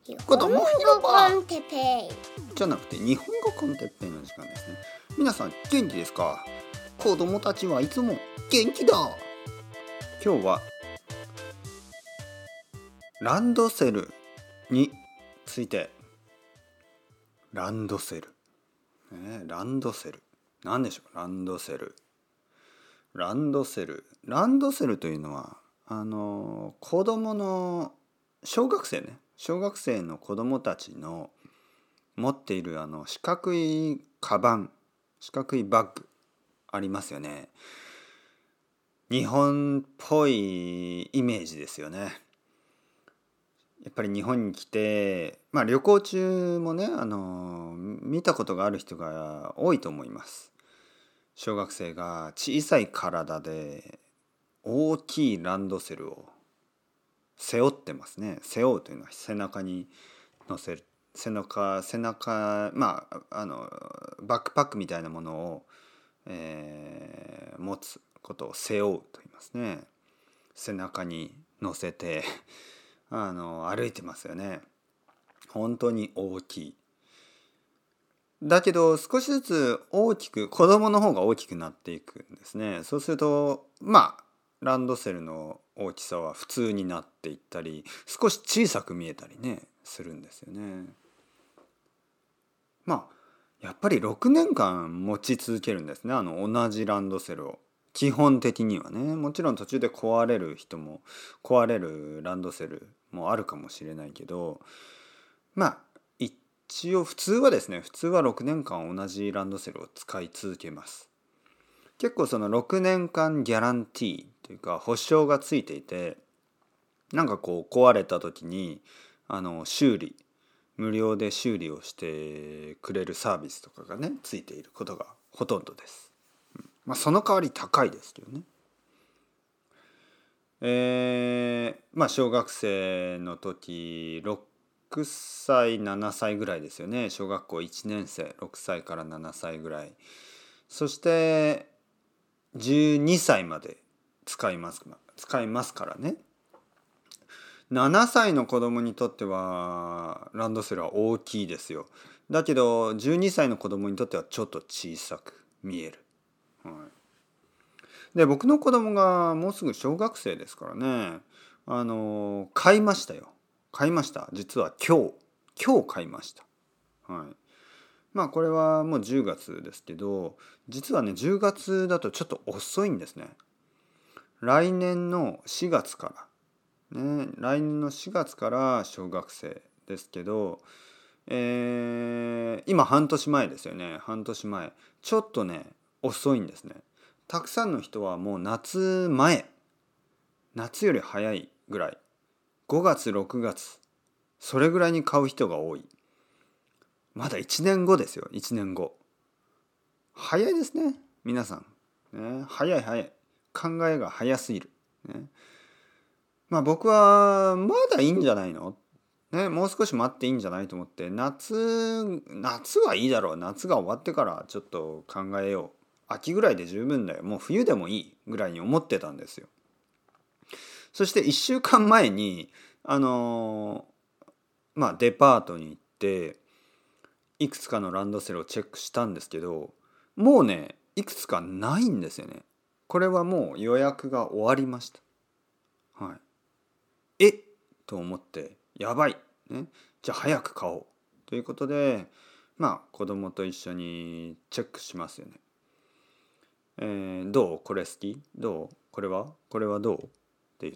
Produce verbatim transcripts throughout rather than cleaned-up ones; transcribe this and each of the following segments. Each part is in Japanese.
子供広場コンテッペイじゃなくて日本語コンテッペイの時間ですね。皆さん元気ですか？子供たちはいつも元気だ。今日はランドセルについて。ランドセル、ね、ランドセル何でしょう。ランドセルランドセルランドセルというのはあの子供の小学生ね小学生の子供たちの持っているあの四角いカバン、四角いバッグありますよね。日本っぽいイメージですよね。やっぱり日本に来て、まあ旅行中もね、あの見たことがある人が多いと思います。小学生が小さい体で大きいランドセルを背負ってますね。背負うというのは背中に乗せる。背中背中まああのバックパックみたいなものを、えー持つことを背負うと言いますね。背中に乗せてあの歩いてますよね。本当に大きい。だけど少しずつ大きく子供の方が大きくなっていくんですね。そうするとまあランドセルの大きさは普通になっていったり少し小さく見えたりねするんですよね。まあやっぱりろくねんかん持ち続けるんですね。あの同じランドセルを基本的にはね。もちろん途中で壊れる人も壊れるランドセルもあるかもしれないけど、まあ一応普通はですね普通はろくねんかん同じランドセルを使い続けます。結構そのろくねんかんギャランティーというか保証がついていて、なんかこう壊れた時にあの修理無料で修理をしてくれるサービスとかがねついていることがほとんどです。まあその代わり高いですけどね。えー、まあ小学生の時ろくさいななさいぐらいですよね。小学校いちねん生ろくさいからななさいぐらい。そしてじゅうにさいまで使います使いますからね。ななさいの子供にとってはランドセルは大きいですよ。だけどじゅうにさいの子供にとってはちょっと小さく見える。はい、で僕の子供がもうすぐ小学生ですからね。あの買いましたよ。買いました。実は今日今日買いました。はい。まあこれはもうじゅうがつですけど、実はねじゅうがつだとちょっと遅いんですね。来年のしがつからね、来年のしがつから小学生ですけど、えー、今半年前ですよね。半年前ちょっとね遅いんですね。たくさんの人はもう夏前夏より早いぐらいごがつろくがつそれぐらいに買う人が多い。まだいちねんごですよ。いちねんご早いですね皆さん、ね、早い早い。考えが早すぎる、ね、まあ僕はまだいいんじゃないの、ね、もう少し待っていいんじゃないと思って夏夏はいいだろう、夏が終わってからちょっと考えよう、秋ぐらいで十分だよ、もう冬でもいいぐらいに思ってたんですよ。そしていっしゅうかんまえにあのー、まあデパートに行っていくつかのランドセルをチェックしたんですけど、もうねいくつかないんですよね。これはもう予約が終わりました。はい。えと思ってやばい、ね、じゃあ早く買おうということで、まあ子供と一緒にチェックしますよね。えー、どうこれ好きどうこれはこれはどうって言って、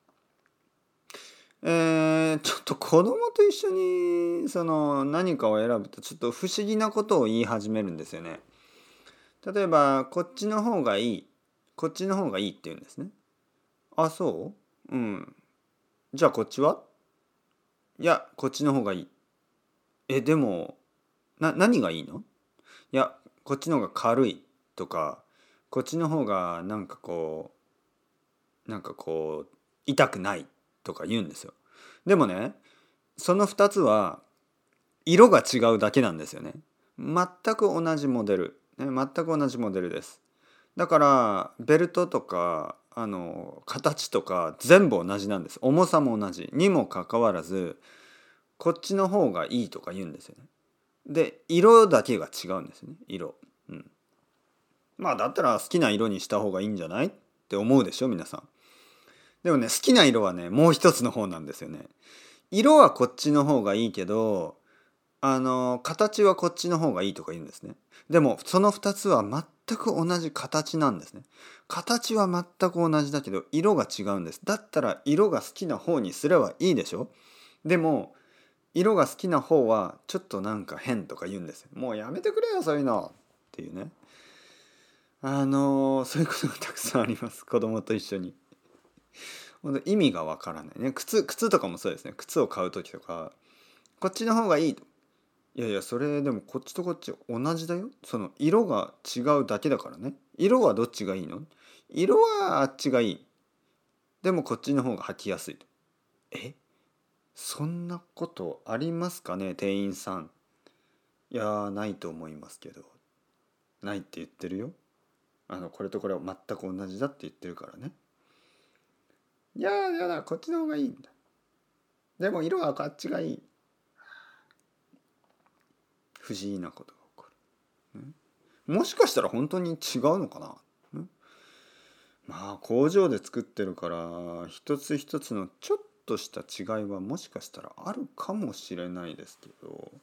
えー、ちょっと子供と一緒にその何かを選ぶとちょっと不思議なことを言い始めるんですよね。例えばこっちの方がいいこっちの方がいいって言うんですね。あ、そううんじゃあこっちはいやこっちの方がいい。えでもな何がいいの？いやこっちの方が軽いとかこっちの方がなんかこうなんかこう痛くないとか言うんですよ。でもねそのふたつは色が違うだけなんですよね。全く同じモデル、ね、全く同じモデルです。だからベルトとかあの形とか全部同じなんです。重さも同じにもかかわらずこっちの方がいいとか言うんですよね。で色だけが違うんですよね、色。うん。まあだったら好きな色にした方がいいんじゃないって思うでしょ皆さん。でもね好きな色はねもう一つの方なんですよね。色はこっちの方がいいけどあの形はこっちの方がいいとか言うんですね。でもそのふたつは全く同じ形なんですね。形は全く同じだけど色が違うんです。だったら色が好きな方にすればいいでしょ。でも色が好きな方はちょっとなんか変とか言うんですよ。もうやめてくれよそういうのっていうね。あのそういうことがたくさんあります、子供と一緒に。ほんと意味がわからないね。靴靴とかもそうですね。靴を買う時とかこっちの方がいいと。いやいやそれでもこっちとこっち同じだよ。その色が違うだけだからね。色はどっちがいいの？色はあっちがいい。でもこっちの方が履きやすいと。え、そんなことありますかね店員さん。いやーないと思いますけど。ないって言ってるよ。あのこれとこれは全く同じだって言ってるからね。いやーやだこっちの方がいいんだ。でも色はこっちがいい。不思議なことが起こる。ね、もしかしたら本当に違うのかな。ね、まあ工場で作ってるから一つ一つのちょっとした違いはもしかしたらあるかもしれないですけど、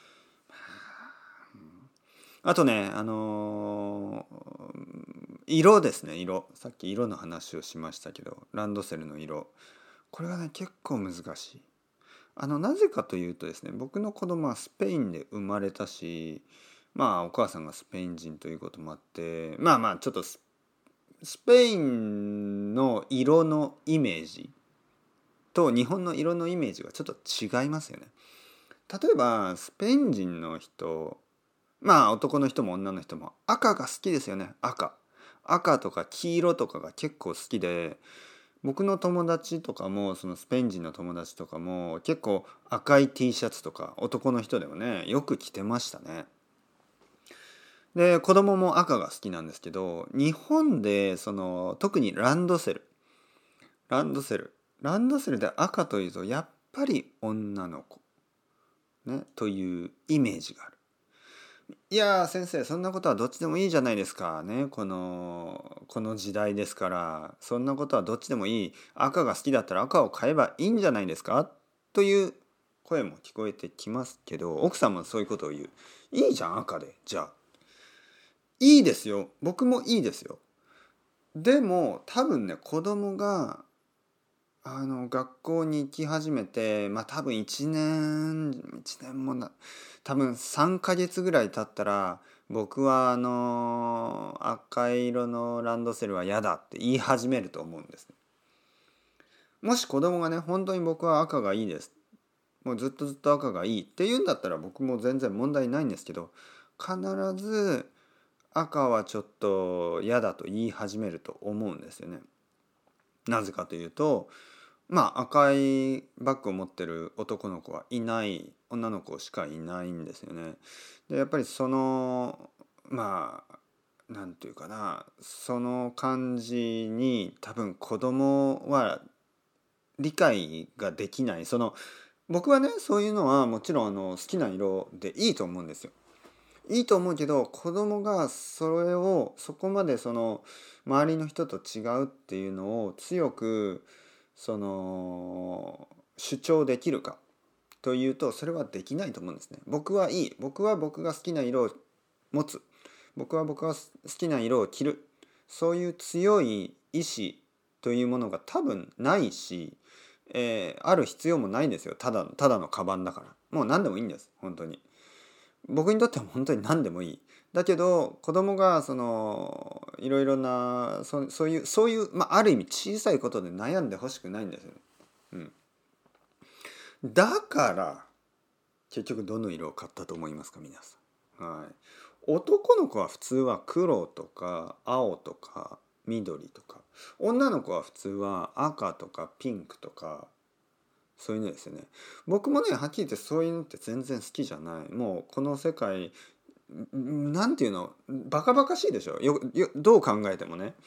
あとねあのー色ですね。色さっき色の話をしましたけどランドセルの色これがね結構難しい。あのなぜかというとですね僕の子供はスペインで生まれたしまあお母さんがスペイン人ということもあってまあまあちょっとススペインの色のイメージと日本の色のイメージがちょっと違いますよね。例えばスペイン人の人まあ男の人も女の人も赤が好きですよね。赤赤とか黄色とかが結構好きで僕の友達とかもそのスペイン人の友達とかも結構赤い T シャツとか男の人でもねよく着てましたね。で子供も赤が好きなんですけど日本でその特にランドセルランドセルランドセルで赤というとやっぱり女の子、ね、というイメージがある。いやー先生そんなことはどっちでもいいじゃないですかね。このこの時代ですからそんなことはどっちでもいい。赤が好きだったら赤を買えばいいんじゃないですかという声も聞こえてきますけど奥さんもそういうことを言う。いいじゃん赤でじゃあいいですよ。僕もいいですよ。でも多分ね子供があの学校に行き始めてまあ多分いちねんいちねんもな多分さんかげつぐらい経ったら僕はあの赤色のランドセルは嫌だって言い始めると思うんですね。もし子供がね本当に僕は赤がいいですもうずっとずっと赤がいいって言うんだったら僕も全然問題ないんですけど必ず赤はちょっと嫌だと言い始めると思うんですよね。なぜかというとまあ赤いバッグを持ってる男の子はいない女の子しかいないんですよね。でやっぱりそのまあなんていうかなその感じに多分子供は理解ができない。その僕はねそういうのはもちろんあの好きな色でいいと思うんですよ。いいと思うけど子供がそれをそこまでその周りの人と違うっていうのを強くその主張できるかというとそれはできないと思うんですね。僕はいい僕は僕が好きな色を持つ僕は僕が好きな色を着るそういう強い意志というものが多分ないし、えーある必要もないんですよ。ただただのカバンだからもう何でもいいんです本当に。僕にとっては本当に何でもいい。だけど子供がそのいろいろなそ、そういうそういう、まあ、ある意味小さいことで悩んでほしくないんですよね。うん、だから結局どの色を買ったと思いますか皆さん。はい、男の子は普通は黒とか青とか緑とか女の子は普通は赤とかピンクとかそういうのですよね。僕もねはっきり言ってそういうのって全然好きじゃない。もうこの世界なんていうのバカバカしいでしょよよどう考えてもね。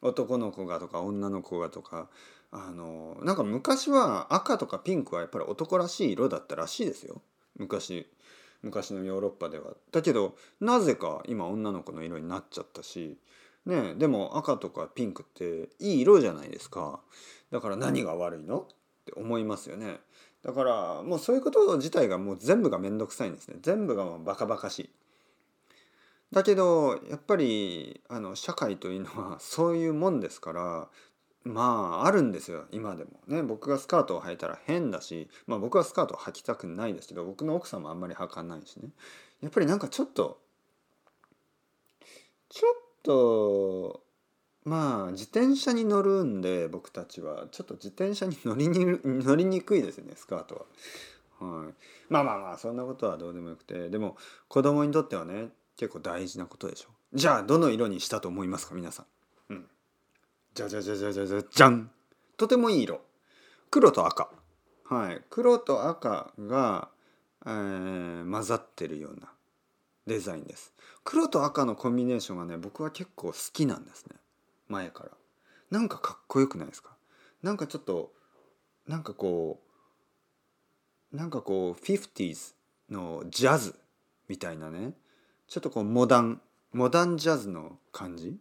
男の子がとか女の子がとか、あのなんか昔は赤とかピンクはやっぱり男らしい色だったらしいですよ。昔昔のヨーロッパでは。だけどなぜか今女の子の色になっちゃったし、ね、でも赤とかピンクっていい色じゃないですか。だから何が悪いのって思いますよね。だからもうそういうこと自体がもう全部がめんどくさいんですね。全部がもうバカバカしい。だけどやっぱりあの社会というのはそういうもんですから、まああるんですよ今でもね。僕がスカートを履いたら変だし、まあ僕はスカートを履きたくないですけど、僕の奥さんもあんまり履かないしね。やっぱりなんかちょっとちょっとまあ自転車に乗るんで、僕たちはちょっと自転車に乗りに乗りにくいですね、スカートは。はい、まあまあまあそんなことはどうでもよくて、でも子供にとってはね結構大事なことでしょ。じゃあどの色にしたと思いますか皆さん。うん、じゃじゃじゃじゃじゃじゃじゃん。とてもいい色。黒と赤。はい、黒と赤が、えー混ざってるようなデザインです。黒と赤のコンビネーションがね僕は結構好きなんですね。前から。なんかかっこよくないですか。なんかちょっとなんかこうなんかこうフィフティーズのジャズみたいなね、ちょっとこうモダンモダンジャズの感じ、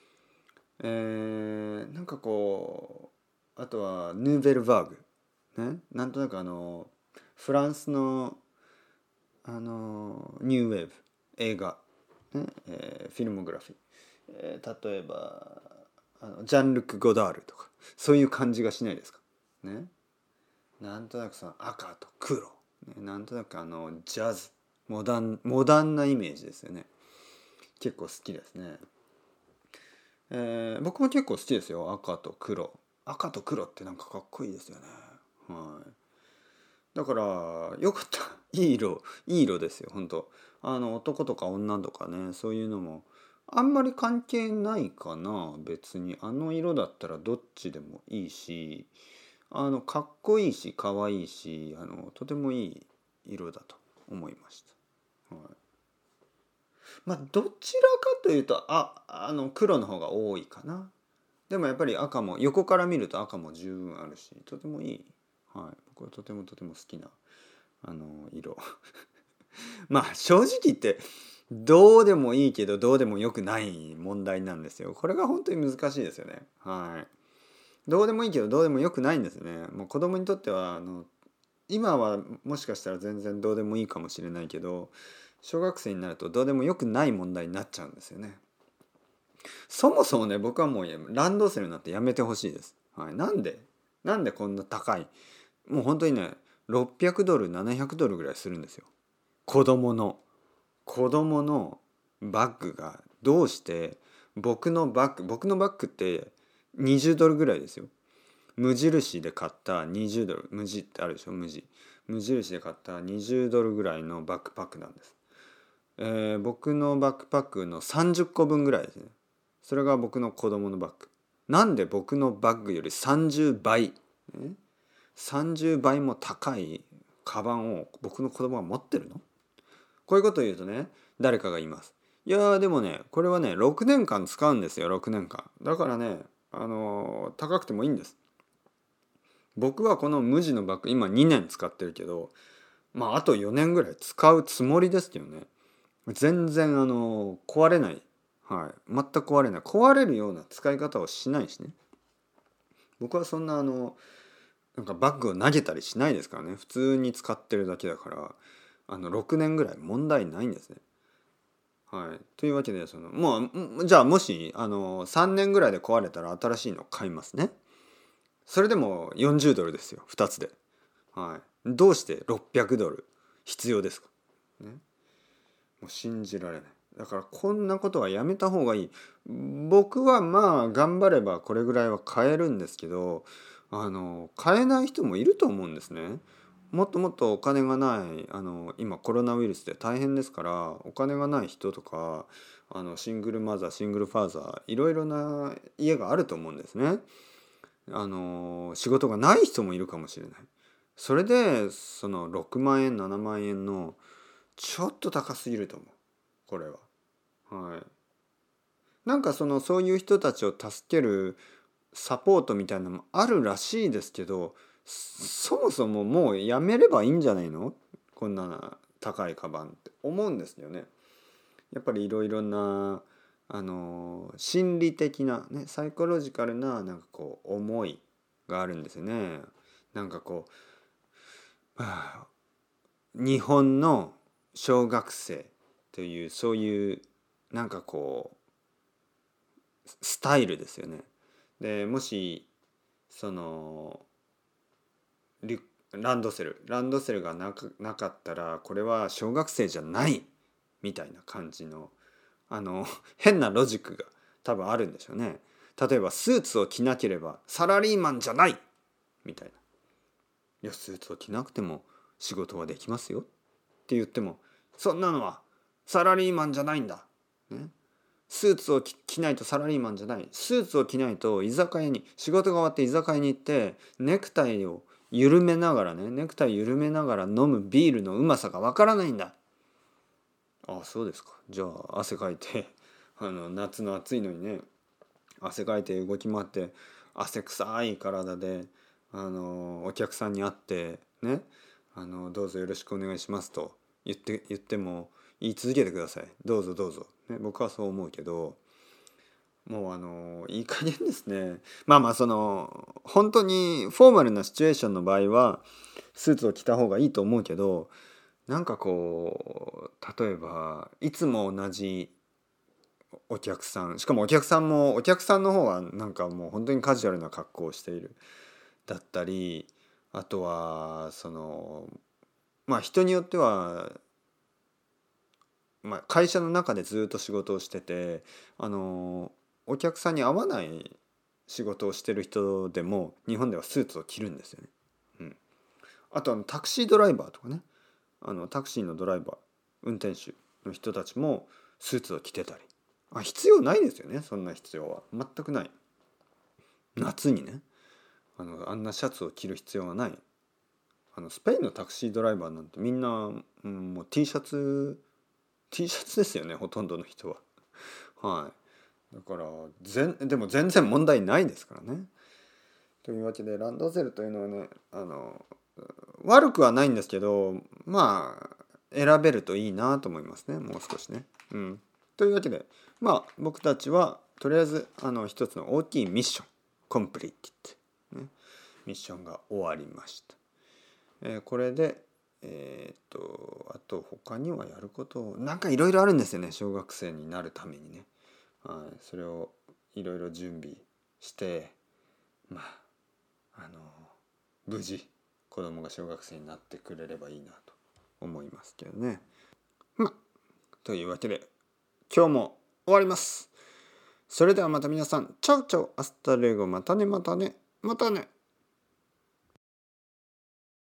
えー、なんかこうあとはヌーベルバーグね、なんとなくあのフランスのあのニューウェーブ映画、ねえーフィルモグラフィー、えー例えばあのジャンルク・ゴダールとかそういう感じがしないですかね。なんとなくその赤と黒、ね、なんとなくあのジャズモダンモダンなイメージですよね。結構好きですね。えー僕も結構好きですよ、赤と黒。赤と黒ってなんかかっこいいですよね。はい。だからよかった。いい色いい色ですよ本当。あの男とか女とかね、そういうのもあんまり関係ないかな。別にあの色だったらどっちでもいいし、あのかっこいいし可愛いし、あのとてもいい色だと思いました。はい、まあどちらかというとああの黒の方が多いかな。でもやっぱり赤も横から見ると赤も十分あるし、とてもいい。はい、僕はとてもとても好きなあの色。まあ正直言ってどうでもいいけどどうでもよくない問題なんですよ。これが本当に難しいですよね。はい。どうでもいいけどどうでもよくないんですね。もう子供にとってはあの今はもしかしたら全然どうでもいいかもしれないけど、小学生になるとどうでもよくない問題になっちゃうんですよね。そもそもね僕はもうランドセルなんてやめてほしいです。はい。なんでなんでこんな高い、もう本当にねろっぴゃくドルななひゃくドルぐらいするんですよ。子供の子供のバッグがどうして僕のバッグ僕のバッグってにじゅうドルぐらいですよ。無印で買ったにじゅうドル、無地ってあるでしょ、無地無印で買ったにじゅうドルぐらいのバックパックなんです。えー僕のバックパックのさんじゅっこぶんぐらいですね。それが僕の子供のバッグ。なんで僕のバッグよりさんじゅうばい、ね、さんじゅうばいも高いカバンを僕の子供が持ってるの。こういうことを言うとね誰かが言います。いやーでもねこれはねろくねんかん使うんですよ。ろくねんかんだからね、あのー高くてもいいんです。僕はこの無地のバッグ今にねん使ってるけど、まああとよねんぐらい使うつもりですけどね。全然あの壊れない。はい、全く壊れない。壊れるような使い方をしないしね。僕はそんなあのなんかバッグを投げたりしないですからね。普通に使ってるだけだから、あのろくねんぐらい問題ないんですね。はい、というわけでそのもうじゃあもしあのさんねんぐらいで壊れたら新しいの買いますね。それでもよんじゅうドルですよふたつで。はい、どうしてろっぴゃくドル必要ですか、ね、もう信じられない。だからこんなことはやめた方がいい。僕はまあ頑張ればこれぐらいは買えるんですけど、あの買えない人もいると思うんですね。もっともっとお金がないあの今コロナウイルスで大変ですから、お金がない人とかあのシングルマザーシングルファーザーいろいろな家があると思うんですね。あの仕事がない人もいるかもしれない。それでそのろくまん円ななまん円のちょっと高すぎると思うこれは。はい。 なんかそのそういう人たちを助けるサポートみたいなのもあるらしいですけど、そもそももうやめればいいんじゃないの、こんな高いカバンって思うんですよね。やっぱりいろいろなあの心理的なね、サイコロジカルななんかこう思いがあるんですよね。なんかこう、はあ、日本の小学生というそういうなんかこうスタイルですよね。でもしそのリランドセルランドセルがなか、なかったらこれは小学生じゃないみたいな感じのあの変なロジックが多分あるんでしょうね。例えばスーツを着なければサラリーマンじゃないみたいな。いやスーツを着なくても仕事はできますよって言っても、そんなのはサラリーマンじゃないんだ、ね、スーツを着ないとサラリーマンじゃない。スーツを着ないと居酒屋に仕事が終わって居酒屋に行ってネクタイを緩めながらねネクタイ緩めながら飲むビールのうまさがわからないんだ。ああそうですか。じゃあ汗かいてあの夏の暑いのにね汗かいて動き回って汗臭い体であのお客さんに会ってねあのどうぞよろしくお願いしますと言って言っても言い続けてください。どうぞどうぞ、ね、僕はそう思うけど、もうあのいい加減ですね。まあまあその本当にフォーマルなシチュエーションの場合はスーツを着た方がいいと思うけど、なんかこう例えばいつも同じお客さん、しかもお客さんもお客さんの方はなんかもう本当にカジュアルな格好をしているだったり、あとはそのまあ人によっては、まあ、会社の中でずっと仕事をしててあのお客さんに合わない仕事をしてる人でも日本ではスーツを着るんですよね。うん、あとあのタクシードライバーとかね、あのタクシーのドライバー運転手の人たちもスーツを着てたり、あ必要ないですよね。そんな必要は全くない。夏にねあのあんなシャツを着る必要はない。あのスペインのタクシードライバーなんてみんな、うん、もう T シャツ T シャツですよね、ほとんどの人は。はい。だから全でも全然問題ないですからね。というわけでランドセルというのはねあの悪くはないんですけど、まあ選べるといいなと思いますね、もう少しね。うん、というわけでまあ僕たちはとりあえずあの一つの大きいミッションコンプリート、ね、ミッションが終わりました。えー、これでえー、っとあと他にはやることなんかいろいろあるんですよね、小学生になるためにね。はい、それをいろいろ準備してまああの無事子供が小学生になってくれればいいなと思いますけどね。まあというわけで今日も終わります。それではまた皆さんチャウチャウアスタレゴまたねまたねまたね。